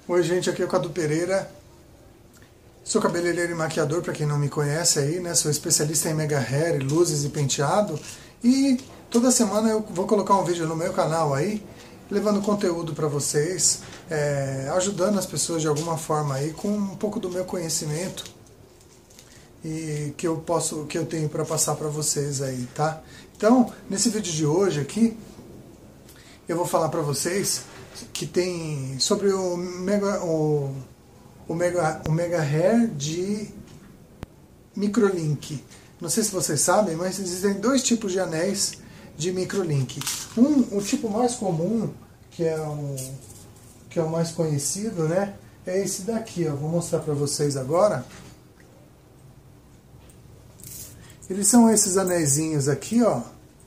Oi gente, aqui é o Cadu Pereira, sou cabeleireiro e maquiador, para quem não me conhece aí, né? Sou especialista em mega hair, luzes e penteado, e toda semana eu vou colocar um vídeo no meu canal aí, levando conteúdo para vocês, ajudando as pessoas de alguma forma aí, com um pouco do meu conhecimento e que eu tenho para passar para vocês aí, tá? Então, nesse vídeo de hoje aqui, eu vou falar para vocês que tem sobre o mega hair de microlink. Não sei se vocês sabem, mas existem dois tipos de anéis de microlink. O tipo mais comum, que é o mais conhecido, né? É esse daqui, ó. Vou mostrar para vocês agora. Eles são esses anéisinhos aqui, ó.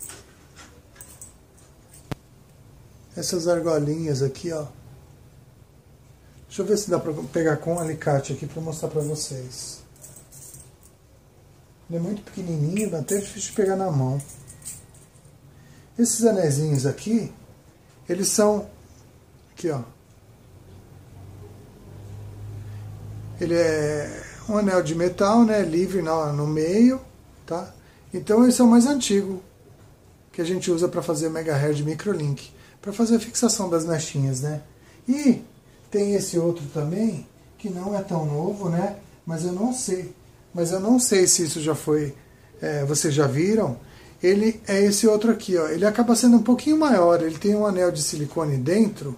Essas argolinhas aqui, ó. Deixa eu ver se dá pra pegar com um alicate aqui pra mostrar pra vocês. Ele é muito pequenininho, dá até difícil de pegar na mão. Esses anéisinhos aqui, eles são... Aqui, ó. Ele é um anel de metal, né? Livre no meio, tá? Então esse é o mais antigo que a gente usa para fazer mega hair de microlink, para fazer a fixação das mechinhas, né? E tem esse outro também, que não é tão novo, né? Mas eu não sei se isso já foi, vocês já viram. Ele é esse outro aqui, ó. Ele acaba sendo um pouquinho maior, ele tem um anel de silicone dentro,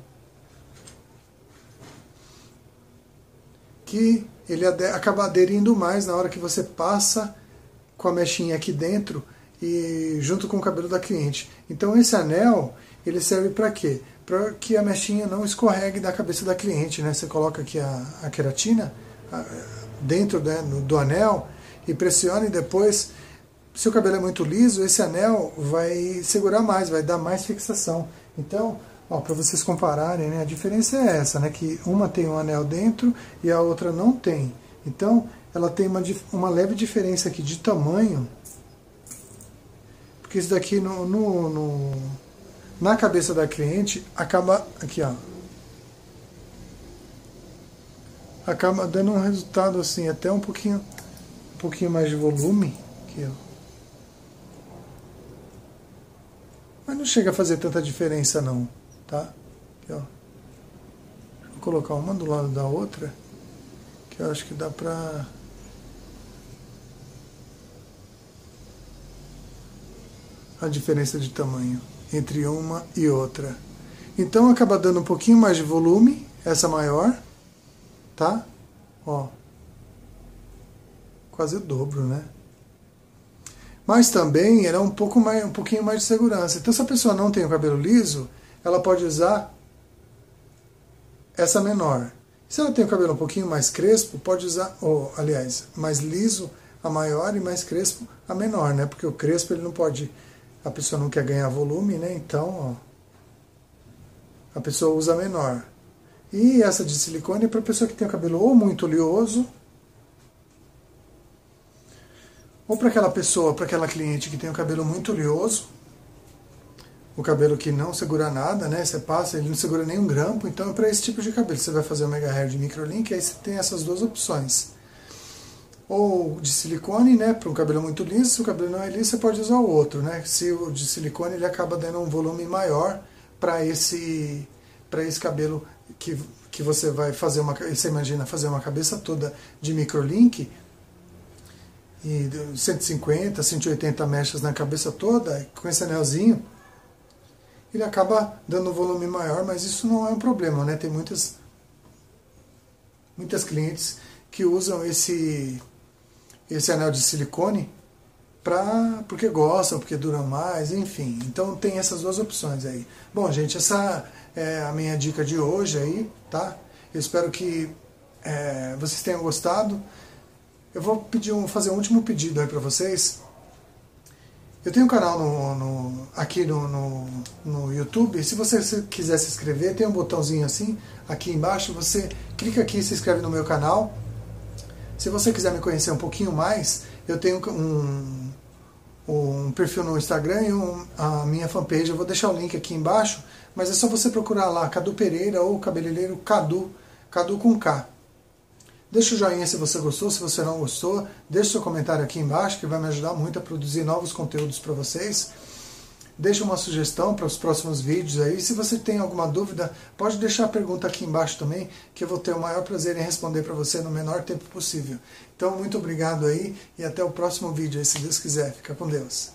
que ele acaba aderindo mais na hora que você passa com a mechinha aqui dentro e junto com o cabelo da cliente. Então esse anel, ele serve para quê? Para que a mechinha não escorregue da cabeça da cliente, né? Você coloca aqui a queratina dentro, né, do anel e pressiona, e depois, se o cabelo é muito liso, esse anel vai segurar mais, vai dar mais fixação. Então, para vocês compararem, né, a diferença é essa, né, que uma tem um anel dentro e a outra não tem. Então, ela tem uma leve diferença aqui de tamanho, porque isso daqui na cabeça da cliente acaba aqui, ó, acaba dando um resultado assim, até um pouquinho mais de volume aqui, ó. Mas não chega a fazer tanta diferença não, tá? Aqui, ó. Vou colocar uma do lado da outra, que eu acho que dá pra... a diferença de tamanho entre uma e outra. Então acaba dando um pouquinho mais de volume, essa maior, tá? Ó, quase o dobro, né? Mas também era um pouquinho mais de segurança. Então se a pessoa não tem o cabelo liso, ela pode usar essa menor. Se ela tem o cabelo um pouquinho mais crespo, pode usar, aliás, mais liso a maior e mais crespo a menor, né? Porque o crespo ele não pode... A pessoa não quer ganhar volume, né? Então, ó, a pessoa usa a menor. E essa de silicone é para a pessoa que tem o cabelo ou muito oleoso, ou para aquela cliente que tem o cabelo muito oleoso, o cabelo que não segura nada, né? Você passa, ele não segura nenhum grampo. Então é para esse tipo de cabelo. Você vai fazer o mega hair de microlink, aí você tem essas duas opções. Ou de silicone, né, para um cabelo muito liso. Se o cabelo não é liso, você pode usar o outro, né? Se o de silicone, ele acaba dando um volume maior para esse cabelo que você vai fazer você imagina fazer uma cabeça toda de microlink e 150, 180 mechas na cabeça toda, com esse anelzinho, ele acaba dando um volume maior, mas isso não é um problema, né? Tem muitas clientes que usam esse anel de silicone porque gostam, porque dura mais, enfim. Então tem essas duas opções aí. Bom, gente, essa é a minha dica de hoje aí, tá? Eu espero que vocês tenham gostado. Eu vou fazer um último pedido aí para vocês. Eu tenho um canal aqui no YouTube. Se você quiser se inscrever, tem um botãozinho assim, aqui embaixo. Você clica aqui e se inscreve no meu canal. Se você quiser me conhecer um pouquinho mais, eu tenho um perfil no Instagram e a minha fanpage. Eu vou deixar o link aqui embaixo, mas é só você procurar lá, Cadu Pereira ou Cabeleireiro Cadu, Cadu com K. Deixa o joinha se você gostou, se você não gostou, deixa o seu comentário aqui embaixo, que vai me ajudar muito a produzir novos conteúdos para vocês. Deixa uma sugestão para os próximos vídeos aí. Se você tem alguma dúvida, pode deixar a pergunta aqui embaixo também, que eu vou ter o maior prazer em responder para você no menor tempo possível. Então, muito obrigado aí e até o próximo vídeo aí, se Deus quiser. Fica com Deus.